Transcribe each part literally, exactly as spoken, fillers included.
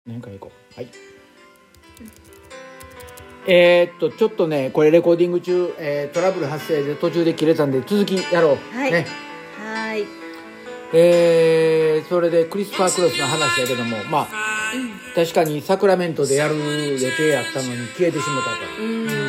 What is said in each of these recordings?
何回行こう。はい。えー、っとちょっとねこれレコーディング中、えー、トラブル発生で途中で切れたんで続きやろう。 はい。 ね、 はい。 えー、それでクリスパークロスの話やけども、まあ、うん、確かにサクラメントでやる予定やったのに消えてしまったと。 うん。うん、ね。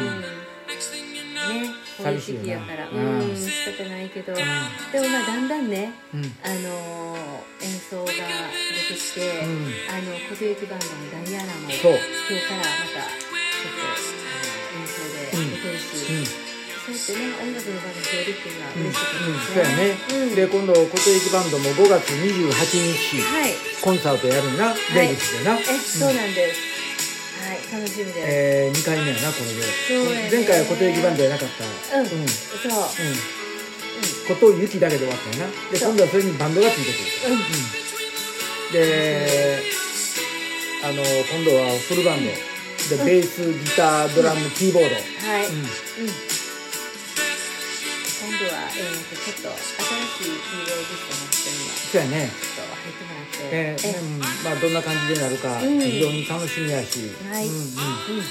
寂しいよな。 やから、うん、うん、仕方ないけど、うん、でもまあだんだんね、うん、あのー、演奏が出てきて、うん、あの固定基バンドのダイアナも今日からまたちょっとあの演奏で出てるし、うんうん、そうやってね音楽の場が増えるっていうのは嬉しいことですね。 うんうん、そうやね。うん、で今度固定基バンドもごがつにじゅうはちにち、はい、コンサートやるんな、デイビスでな。 え、そうなんです。はい、楽しみです。 えー、にかいめやなこれで。そうやね、前回は固定基バンドやなかった。 うん、うん、そう。うんことを雪だけで終わったよな。で今度はそれにバンドがついてくる、うんうん、であの今度はフルバンド、うん、でベースギタードラム、うん、キーボード、 はい、うんうん、今度は、えー、とちょっと新しいキーボーディストの人にもそうやねちょっと入ってもらって、 えーえーうんまあ、どんな感じでなるか、うん、非常に楽しみやし、 はい、うんうんうん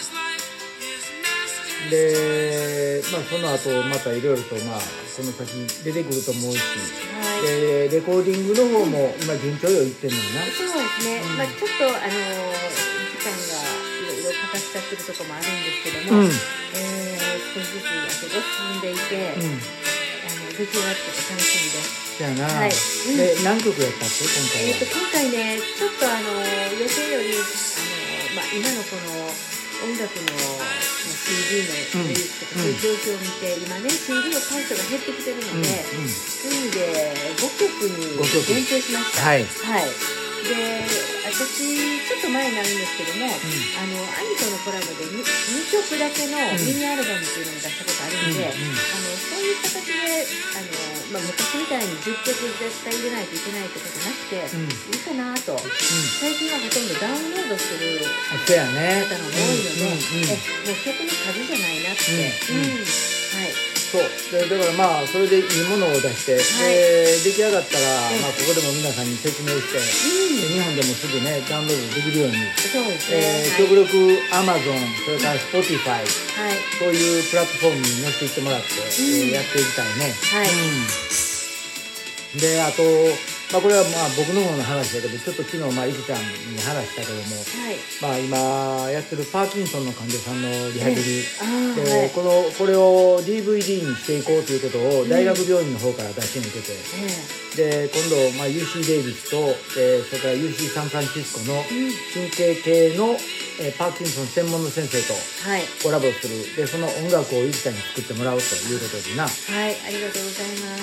で、まあ、その後またいろいろと、まあ、この先出てくると思うし、はい、でレコーディングの方も今順調よいってんのよな。 そうですね、うんまあ、ちょっと、あのー、時間がいろいろかかっちゃってるところもあるんですけども、うんえー、少しずつだけど進んでいて、うん、あの出来上がって楽しみです。 そうやな、はい、で、うん、何曲やったっけ今回は。 えー、と今回ねちょっとあの予定より、あのーまあ、今のこの音楽の シーディー のレリックとかそういう状況を見て、うん、今ね シーディー の回数が減ってきてるので、うんうん、そういう意味でごきょくに限定しました。はい、はい、で私ちょっと前になるんですけども、うん、あの兄とのコラボで 2, にきょくだけのミニアルバムっていうのを出したことあるので、うんうん、あのそういう形であの、まあ、昔みたいにじゅっきょく絶対入れないといけないってことなくて、うん、いいかなと、うん、最近はほとんどダウンロードする方が多いので、うんうんうん、えもう曲の数じゃないなって、うんうん、はいそうでだからまあそれでいいものを出して、はい、で出来上がったら、まあ、ここでも皆さんに説明して、うん、日本でもすぐねダウンロードできるようにそうですね、 えー、極力 Amazon それから Spotify、はい、そういうプラットフォームに載せていってもらって、うんえー、やっていきたいね、はいうん、であとまあ、これはまあ僕の方の話だけどちょっと昨日まあいくちゃんに話したけども、はい、まあ今やってるパーキンソンの患者さんのリハビリ、えーではい、このこれを ディーブイディー にしていこうということを大学病院の方から出し抜けて、うん、で今度まあ ユーシー デイビスと、えー、それから ユーシー サンフランシスコの神経系の、えー、パーキンソン専門の先生とコラボする、はい、でその音楽をいくちゃんに作ってもらうということでな。 はいありがとうございます、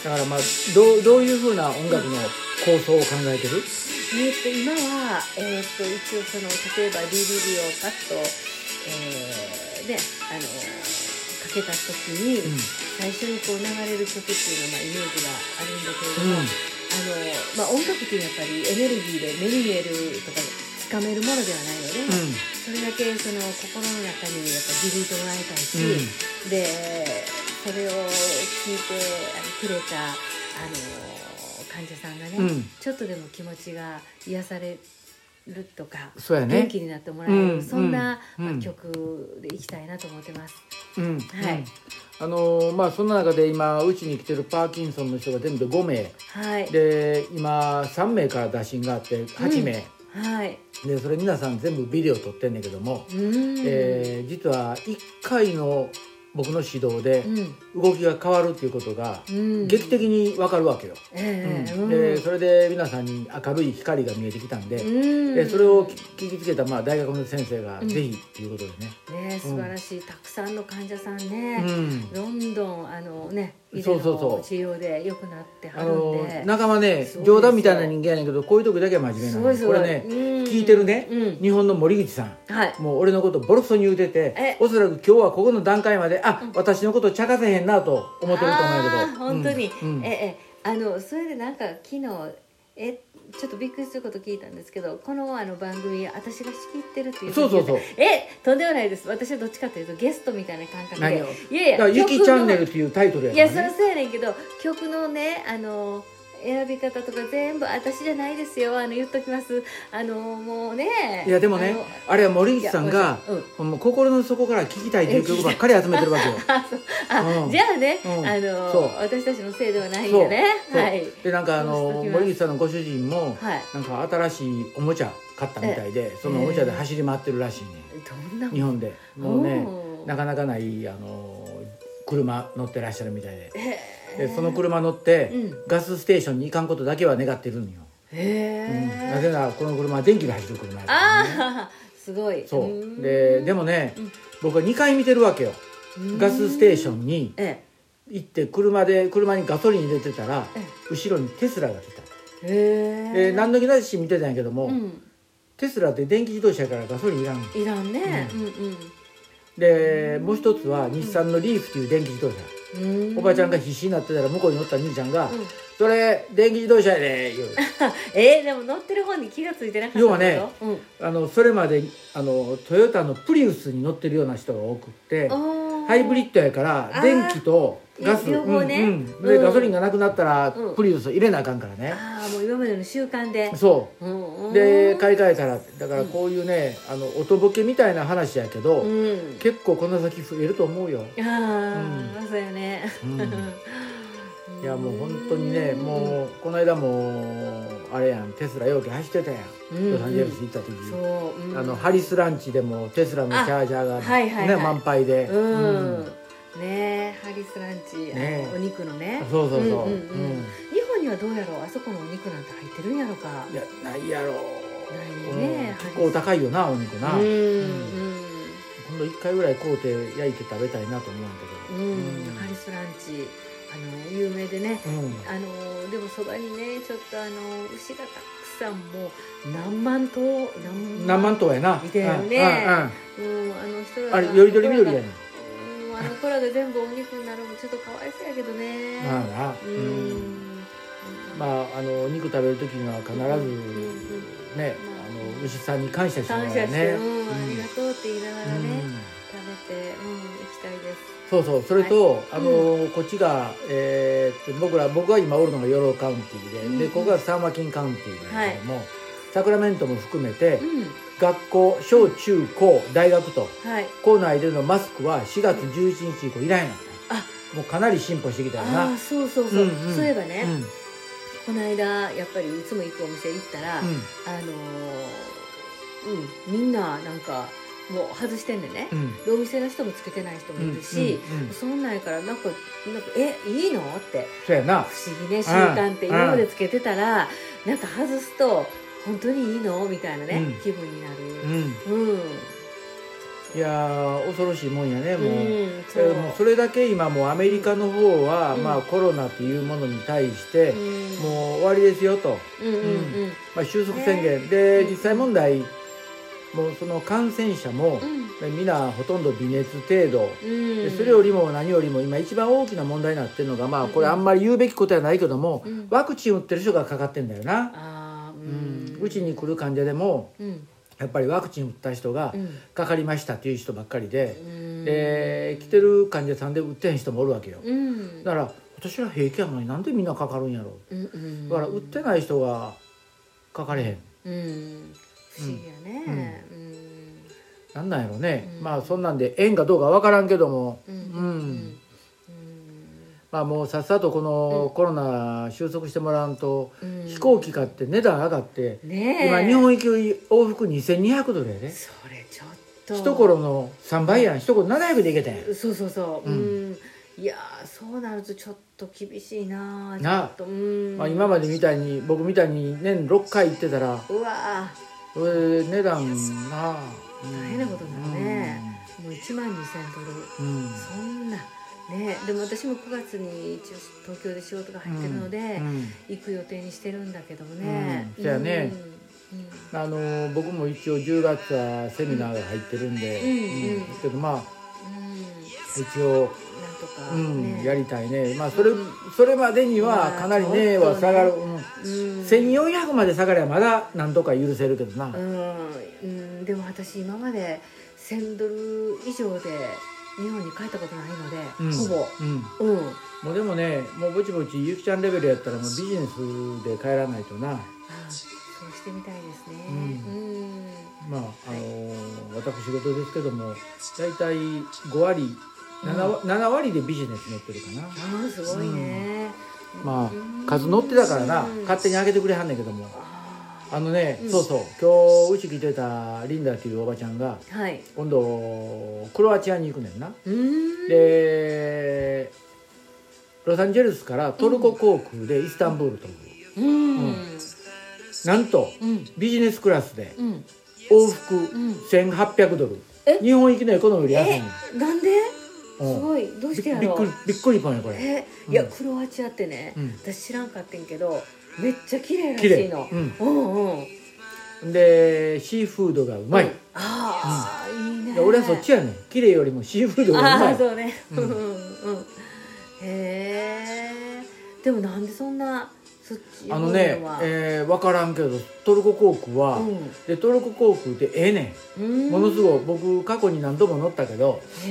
はい、 だからまあどう、どういうふうな音楽の構想を考えてる？ えー、と今は、えー、と一応その例えば ディーブイディー をパッと、えーね、あのかけた時に、うん、最初にこう流れる曲っていうのは、まあ、イメージがあるんだけれども、うんあのまあ、音楽っていうのはやっぱりエネルギーで目に見えるとかつかめるものではないので、うん、それだけその心の中にやっぱ響いてもらいたいし、うん、でそれを聞いてあのくれたあの患者さんがね、うん、ちょっとでも気持ちが癒されるとか、そうやね、元気になってもらえる、うん、そんな、うんまあ、曲でいきたいなと思ってます、うんはい、 あのー、まあそんな中で今うちに来てるパーキンソンの人が全部でごめい、はい、で今さんめいから打診があってはちめい、うんはい、でそれ皆さん全部ビデオ撮ってんねんけども、うんえー、実はいっかいの僕の指導で動きが変わるっていうことが劇的に分かるわけよ、うんうん、でそれで皆さんに明るい光が見えてきたんで、うん、でそれを聞きつけたまあ大学の先生がぜひっていうことでね、 ね素晴らしい、うん、たくさんの患者さんね、うん、どんどんあのね医療の治療で良くなってはるんで、 仲間ね冗談みたいな人間やねんけどこういう時だけは真面目なの。これね、うん、聞いてるね、うん、日本の森口さん、はい、もう俺のことボロクソに言うてておそらく今日はここの段階まであ、うん、私のこと茶化せへんなと思ってると思うんやけど本当に、うん、ええあのそれでなんか昨日えちょっとびっくりすること聞いたんですけどこのあの番組私が仕切ってるっていうそうそうそうえとんでもないです。私はどっちかというとゲストみたいな感覚でいやいやだからゆきチャンネルっていうタイトルやから、ね、 いやそれそうやねんけど曲のねあの選び方とか全部私じゃないですよ。あの言っときます。あのもうね。 いやでもね、あ, あれは森口さんが、うん、もう心の底から聞きたいという曲ばっかり集めてるわけよ。 ああ、うん、じゃあね、うん、あの私たちのせいではないんでね。はい。 でなんかあの森口さんのご主人も、はい、なんか新しいおもちゃ買ったみたいで、そのおもちゃで走り回ってるらしいね。どんな日本でもうね、なかなかないあの車乗ってらっしゃるみたいで。でその車乗って、うん、ガスステーションに行かんことだけは願ってるんよ。へえ、うん、なぜならこの車は電気で走る車やから、ね、 あすごい。 そうででもね、うん、僕はにかい見てるわけよ。ガスステーションに行って車で車にガソリン入れてたら後ろにテスラが来た。へえ。何の気なし見てたんやけども、うん、テスラって電気自動車やからガソリンいらん。 いらんね。うんうんうん、 でもう一つは日産のリーフっていう電気自動車。おばちゃんが必死になってたら向こうに乗った兄ちゃんが「うん、それ電気自動車やで」言うえー、でも乗ってる方に気がついてなかった。 要はね、うん、あのそれまであのトヨタのプリウスに乗ってるような人が多くってハイブリッドやから電気とガス、両方ね、うんうん、でガソリンがなくなったらプリウス入れなあかんからね。 ああもう今までの習慣でそう、うん、で買い替えたらだからこういうね、うん、あの音ボケみたいな話やけど、うん、結構この先増えると思うよ。 ああ、うん、そうやね、うん、 いやもう本当にね、もうこの間もあれやん、テスラ容器走ってたやん、ロサンゼルス行った時、うん、あのハリスランチでもテスラのチャージャーが、ね、はいはいはい、満杯で、うんうんね、ハリスランチ、ね、お肉のね。 そうそうそう。日本にはどうやろう、あそこのお肉なんて入ってるんやろか。 いやないやろ。 ないね。 結構高いよなお肉な。うん。今度一回ぐらい買うて焼いて食べたいなと思うんだけど。うん。 ハリスランチあの有名でね。あのでもそばにねちょっとあの牛がたくさんもう何万頭何万頭やな。 いたよね。うん。あの人らあれよりどりみどりやね。 あの子らが全部お肉になるのもちょっとかわいそうやけどね。 まあな。うん。まああの肉食べる時には必ずね、あの牛さんに感謝しながらね。 感謝して、うん、ありがとうって言いながらね、食べて、うん、行きたいです。 そうそう、それとあのこっちがえっと僕ら僕が今おるのがヨローカウンティーで、でここがサンマキンカウンティーなんだけども、サクラメントも含めて。学校小中高大学と、はい、校内でのマスクはしがつじゅういちにち以降いらんようになった。あ、もうかなり進歩してきたよな。 あ、そうそうそう、うんうん、そういえばね、うん、この間やっぱりいつも行くお店行ったら、うん、あのー、うん、みんななんかもう外してんでね、うん、でお店の人もつけてない人もいるし、うんうんうん、そんなんやからなんかなんかえいいのってそうやな不思議ね習慣って今までつけてたらなんか外すと本当にいいのみたいなね、うん、気分になる。うん、うん、 いや恐ろしいもんやねもう、うん、そ, もうそれだけ今もうアメリカの方は、うん、まあコロナというものに対して、うん、もう終わりですよと、うんうんうん、まあ、収束宣言、ね、で実際問題もうその感染者も、うん、みんなほとんど微熱程度、うん、でそれよりも何よりも今一番大きな問題になってるのが、まあこれあんまり言うべきことはないけども、うん、ワクチン打ってる人がかかってんだよな。あ、うん、うちに来る患者でも、うん、やっぱりワクチン打った人がかかりましたっていう人ばっかりで、うん、で来てる患者さんで打ってへん人もおるわけよ、うん、だから私は平気やのになんでみんなかかるんやろ、うんうん、だから打ってない人がかかれへん、うん、 不思議やね、うんうん、 なんなんやろね、うん、まあそんなんで縁かどうかわからんけども、うん、うん、まあもうさっさとこのコロナ収束してもらわんと、うん、飛行機買って値段上がって、ね、今日本行き往復にせんにひゃくドルやで。 それちょっと一頃のさんばいやん、一頃ななひゃくで行けたんや。 そうそうそう、うん、いやそうなるとちょっと厳しいなな、 うん、まあ、今までみたいに僕みたいに年ろっかい行ってたらうわー値段な大変なことになるね、うん、もういちまんにせんドル、うん、そんなね。でも私もくがつに一応東京で仕事が入ってるので、うんうん、行く予定にしてるんだけどもね、 うん、そうやね、うん、あの僕も一応じゅうがつはセミナーが入ってるんで、うんうん、けどまあ、うん、一応うん、やりたいね。まあそれ、うん、それまでにはかなりねは下がる、うんうん、せんよんひゃくまで下がればまだなんとか許せるけどな、 うんうん、でも私今までせんドル以上で日本に帰ったことないので、 うん、 ほぼ、 うん、うん、もうでもね、もうぼちぼちゆきちゃんレベルやったらもうビジネスで帰らないとな。ああ、 そうしてみたいですね。 うん、 うん、 まあ、あのー、私事ですけどもだいたいごわり 7, うん、 ななわりでビジネス乗ってるかな。 ああ、すごいね。 うん、まあ数乗ってたからな、勝手に上げてくれはんねんけども、あのね、うん、そうそう、今日うち来てたリンダっていうおばちゃんが、はい、今度クロアチアに行くねんな。うんでロサンゼルスからトルコ航空でイスタンブールという、うんうん、なんと、うん、ビジネスクラスで往復せんはっぴゃくドル、うん、日本行きのエコノミーより安いねん。なんで？すごい、どうしてやろう。 びっくりびっくりパンやこれ。 え、うん、いやクロアチアってね、うん、私知らんかってんけどめっちゃ綺麗らしいの。うんうんうん、でシーフードがうまい。うん、 ああ、うん、いいね。 俺はそっちやねん。綺麗よりもシーフードがうまい。 ああ、そうね。うんうん。へえ。でもなんでそんなそっちあのね、えー、分からんけどトルコ航空は、うん、でトルコ航空ってええねん。ものすごい僕過去に何度も乗ったけど、うん、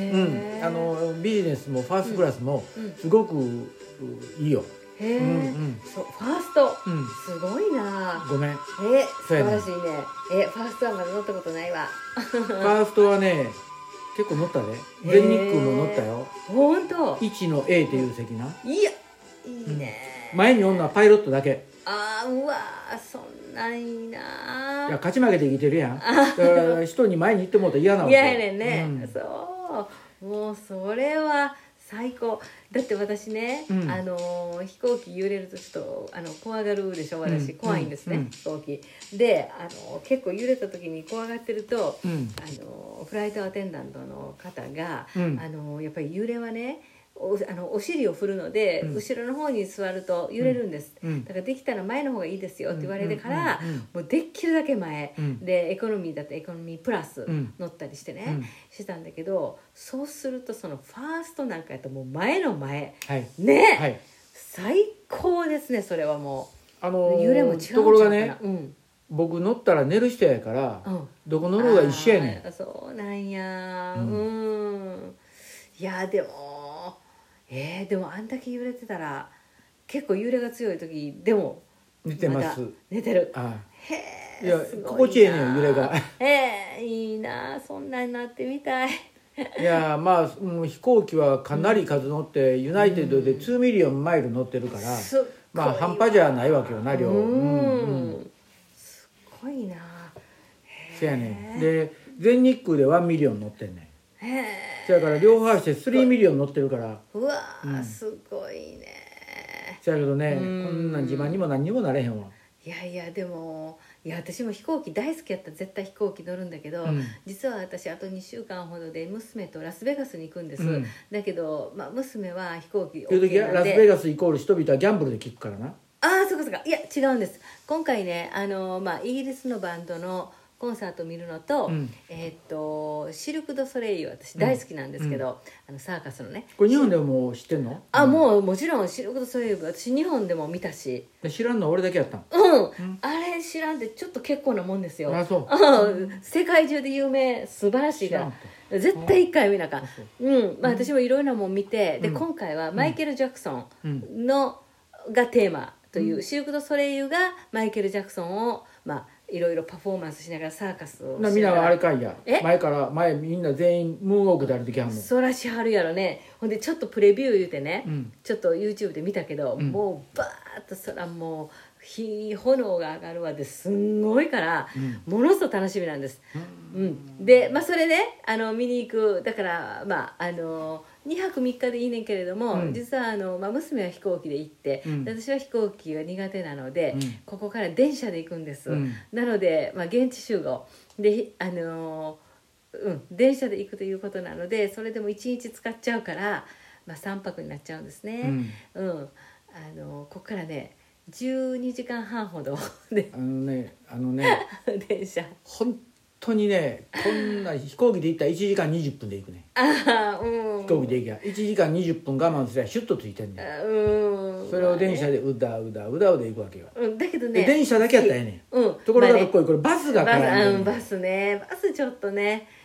あのビジネスもファーストクラスもすごくいいよ。 へえ、うんうん、そうファースト、うん、すごいな。 ごめん。 え素晴らしいね。えファーストはまだ乗ったことないわ。 ファーストはね結構乗ったで。全日空も乗ったよ。 本当。 いちの エー っていう席な。 いやいいね、 うん、前に女はパイロットだけ。 あー、うわー、そんなんいいな。 いや勝ち負けで生きてるやん。だから人に前に行ってもらったら嫌なわけ。 嫌やねんね、うん、そうもうそれは最高だって私ね、うん、あの飛行機揺れるとちょっとあの怖がるでしょ私、うん、怖いんですね、うん、飛行機であの結構揺れた時に怖がってると、うん、あのフライトアテンダントの方が、うん、あのやっぱり揺れはねお, あのお尻を振るので、うん、後ろの方に座ると揺れるんです、うん、だからできたら前の方がいいですよって言われてから、うんうんうん、もうできるだけ前、うん、でエコノミーだってエコノミープラス乗ったりしてね、うん、してたんだけどそうするとそのファーストなんかやともう前の前、はい、ね、はい、最高ですね。それはもう、あのー、揺れも違うところがね、うん、僕乗ったら寝る人やから、うん、どこ乗るが一緒やねん。そうなんや、うん、うん、いやでもえー、でもあんだけ揺れてたら結構揺れが強い時でも寝てます。 ま、寝てる。 ああへえ、 いや心地いいねん揺れが。 えー、いいな、そんなになってみたい。 いやまあ、うん、飛行機はかなり数乗って、うん、ユナイテッドでにミリオンマイル乗ってるから、うん、まあ半端じゃないわけよな量。うん、うん、 すごいな。 せやねん。で全日空でいちミリオン乗ってんねん。だから両方合わせてさんミリオン乗ってるから。 うわー、うん、すごいね。 せやけどね、こんなん自慢にも何にもなれへんわ。 いやいやでもいや私も飛行機大好きやったら絶対飛行機乗るんだけど、うん、実は私あとにしゅうかんほどで娘とラスベガスに行くんです、うん、だけど、まあ、娘は飛行機 OK なんでラスベガスイコール人々はギャンブルで聞くからな。 ああそうかそうか。いや違うんです。今回ねあの、まあ、イギリスのバンドのコンサート見るのと、うん、えー、っとシルク・ドゥ・ソレイユ私大好きなんですけど、うん、あのサーカスのね。 これ日本でも知ってんの？ あ、もうもちろんシルク・ドゥ・ソレイユ私日本でも見たし。 知らんの俺だけやったん？ うん、うん、あれ知らんでちょっと結構なもんですよ。 あ、そう。 世界中で有名素晴らしいから絶対一回見なか。うん、まあ、私もいろいろなもん見て、で今回はマイケル・ジャクソンのがテーマという、シルク・ドゥ・ソレイユがマイケル・ジャクソンをまあいろいろパフォーマンスしながらサーカスをしながら。 みんなはあれかいや、前から前みんな全員ムーンウォークで歩いてきはんの。 そらしはるやろね。ほんでちょっとプレビュー言うてね、うん、ちょっと YouTube で見たけど、うん、もうバーッとそらもう火炎が上がるわですんごいから、うん、ものすごく楽しみなんです、うんうん、でまあそれねあの見に行くだからまああのにはくみっかでいいねんけれども、うん、実はあの、まあ、娘は飛行機で行って、うん、私は飛行機が苦手なので、うん、ここから電車で行くんです、うん、なので、まあ、現地集合で、あのーうん、電車で行くということなのでそれでもいちにち使っちゃうから、まあ、さんぱくになっちゃうんですね、うんうん、あのー、ここからねじゅうにじかんはんほどであのねあのね電車本当にねこんな飛行機で行ったらいちじかんにじゅっぷんで行くね。 あ、うん、 飛行機で行きゃいちじかんにじゅっぷん我慢すればシュッとついてんねん。うん、それを電車でうだうだうだうだ行くわけよ、 うん、だけどね電車だけやったらええねん、うん、ところがどっこいこれバスが絡んでる、 バス、うん、バスねバスちょっとね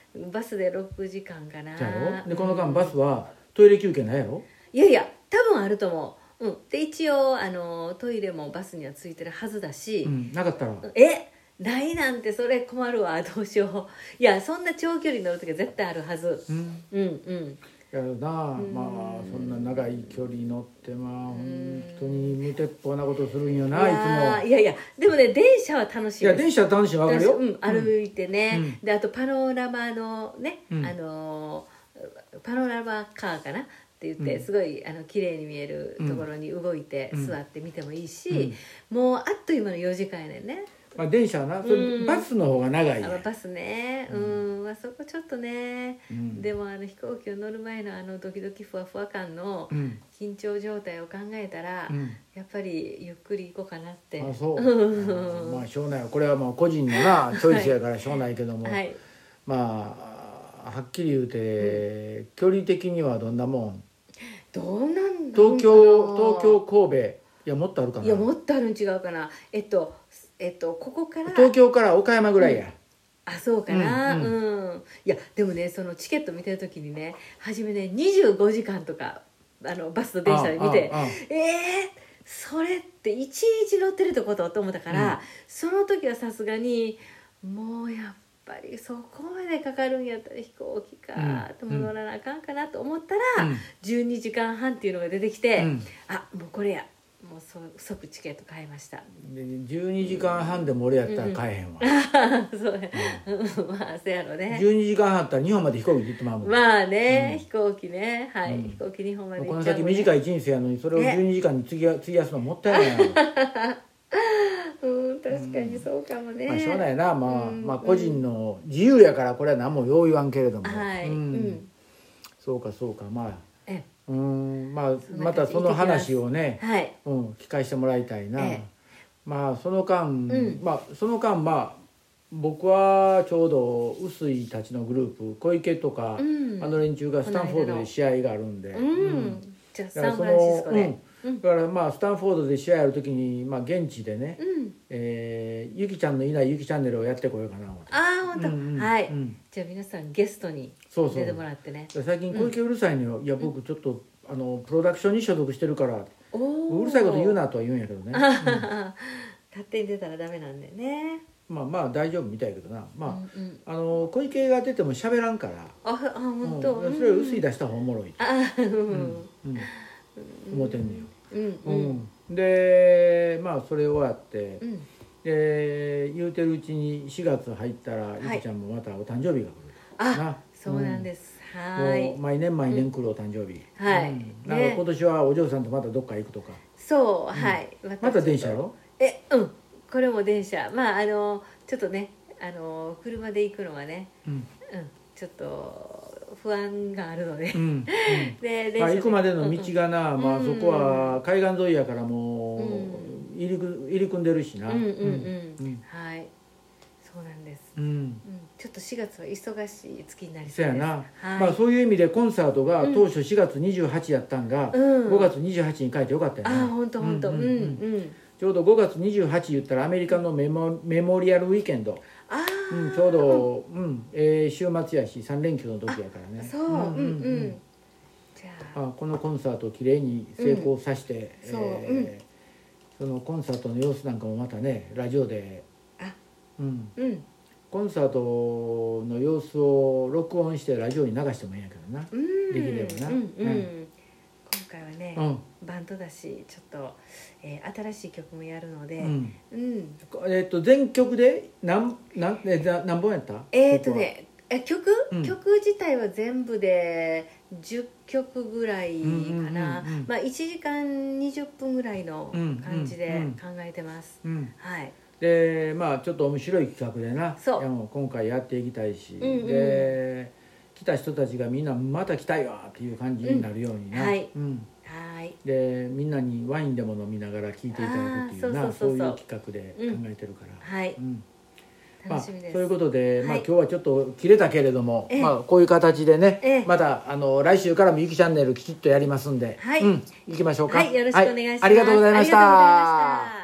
バスでろくじかんかな。 じゃろでこの間バスはトイレ休憩ないやろ。 いやいや多分あると思う、うん、で一応あのトイレもバスにはついてるはずだし、 うん、なかったらえないなんてそれ困るわどうしよう。いやそんな長距離乗る時は絶対あるはず、うん、うんうんやるな。まあそんな長い距離乗ってまあ本当に無鉄砲なことするんよな。いつもいやいやでもね電車は楽しいです。 いや電車は楽しいわかるよ、 うん、歩いてね、うん、であとパノラマのね、うん、あのパノラマカーかなって言って、うん、すごいあの綺麗に見えるところに動いて、うん、座って見てもいいし、うん、もうあっという間のよじかんやねんね。 まあ、電車はな、それ、うん、バスの方が長いやん。 バスね、うん、うん、あそこちょっとね、うん、でもあの飛行機を乗る前のあのドキドキふわふわ感の緊張状態を考えたら、うん、やっぱりゆっくり行こうかなって。 あ、そう。まあしょうない。これはもう個人のなチョイスやからしょうないけども、はいはい、まあはっきり言うて、うん、距離的にはどんなもん。 どうなんだろう。東京東京神戸いやもっとあるかな。 いやもっとあるん違うかな。えっと。えっと、ここから東京から岡山ぐらいや、うん、 あそうかな、うん、うん、いやでもねそのチケット見てる時にね初めねにじゅうごじかんとかあのバスと電車で見てあああえー、それっていちにち乗ってるってことと思ったから、うん、その時はさすがにもうやっぱりそこまでかかるんやったら飛行機かと乗らなあかんかなと思ったら、うん、じゅうにじかんはんっていうのが出てきて、うん、あもうこれやもうそ即チケット買いました。 でじゅうにじかんはんでも俺やったら買えへんわ、 うん、そうや、うん、まあそうやろね。 じゅうにじかんはんあったら日本まで飛行機で行ってまうもん。 まあね、うん、飛行機ねはい、うん、飛行機日本まで行っちゃう、ね、 この先短い人生やのにそれをじゅうにじかんに費やすのもったいないなうん確かにそうかもね、 まあしょうないな、まあ、うん、まあ個人の自由やからこれは何もよう言わんけれども、はい、うん、そうかそうかまあえうんまあ、またその話をね、はいうん、聞かせてもらいたいな、ええ、まあその間、うん、まあその間まあ僕はちょうど臼井たちのグループ小池とか、うん、あの連中がスタンフォードで試合があるんで、うんうん、 じゃあサンフランシスコで、 うん、だからまあスタンフォードで試合ある時に、まあ、現地でね、うんえー、ゆきちゃんのいないゆきチャンネルをやってこようかな。 ああ本当、うんうん、はい、うん、じゃあ皆さんゲストに出てもらってね。 そうそう最近小池うるさいのよ、うん、いや僕ちょっとあのプロダクションに所属してるからうるさいこと言うなとは言うんやけどね、うん、 勝手に出たらダメなんだよね。 まあまあ大丈夫みたいやけどな、まあ、うんうん、あの小池が出ても喋らんからああ本当、 うん、それを薄い出した方がおもろい、うん、あうんうん、思ってんねよ、うんうんうん、でまあそれ終わって、うん、で言うてるうちにしがつ入ったら、はい、ゆきちゃんもまたお誕生日が来るあそうなんです、うん、はいもう毎年毎年来るお誕生日、うん、はい、うん、なんか今年はお嬢さんとまたどっか行くとかそう、はい、 うん、また電車やろえうんこれも電車まああのちょっとねあの車で行くのはね、うんうん、ちょっと不安があるので、うんうん、 で電車で、まあ、行くまでの道がな、うん、まあそこは海岸沿いやからもう、うん、入りく入り組んでるしな、うんうんうんうん、はいそうなんです、うんうん、ちょっとしがつは忙しい月になりそうです。 そうやな、はい、まあそういう意味でコンサートが当初しがつにじゅうはちやったんが、うん、ごがつにじゅうはちに書いてよかったよね。 あ本当本当うんうん、うん、 ちょうどごがつにじゅうはち言ったらアメリカのメ モ, メモリアルウィーケンドあ、うん、ちょうど、うんえー、週末やしさん連休の時やからねそううんうん、うん、 じゃあこのコンサートをきれいに成功させて、うんえー、そのコンサートの様子なんかもまたねラジオであ、うんうん、コンサートの様子を録音してラジオに流してもいいんやけどな、うん、できればな、うんうんうん、 今回はね、うん、バンドだしちょっと、えー、新しい曲もやるので、うんうん、 えっと全曲で何何え何本やった？ えー、っとねえ曲、うん、曲自体は全部でじゅっきょくぐらいかな、うんうんうんうん、まあいちじかんにじゅっぷんぐらいの感じで考えてます、うんうんうん、はいでまあちょっと面白い企画でなそういやもう今回やっていきたいし、うんうん、で来た人たちがみんなまた来たいわっていう感じになるようにな、うんはいうん、はいでみんなにワインでも飲みながら聴いていただくっていうなそういう企画で考えてるから、うん、はい、うん楽しみです。まあ、そういうことで、まあ、今日はちょっと切れたけれども、まあ、こういう形でねまたあの来週からもゆきチャンネルきちっとやりますんで、はいうん、行きましょうか。 はい、よろしくお願いします、 はい、ありがとうございました。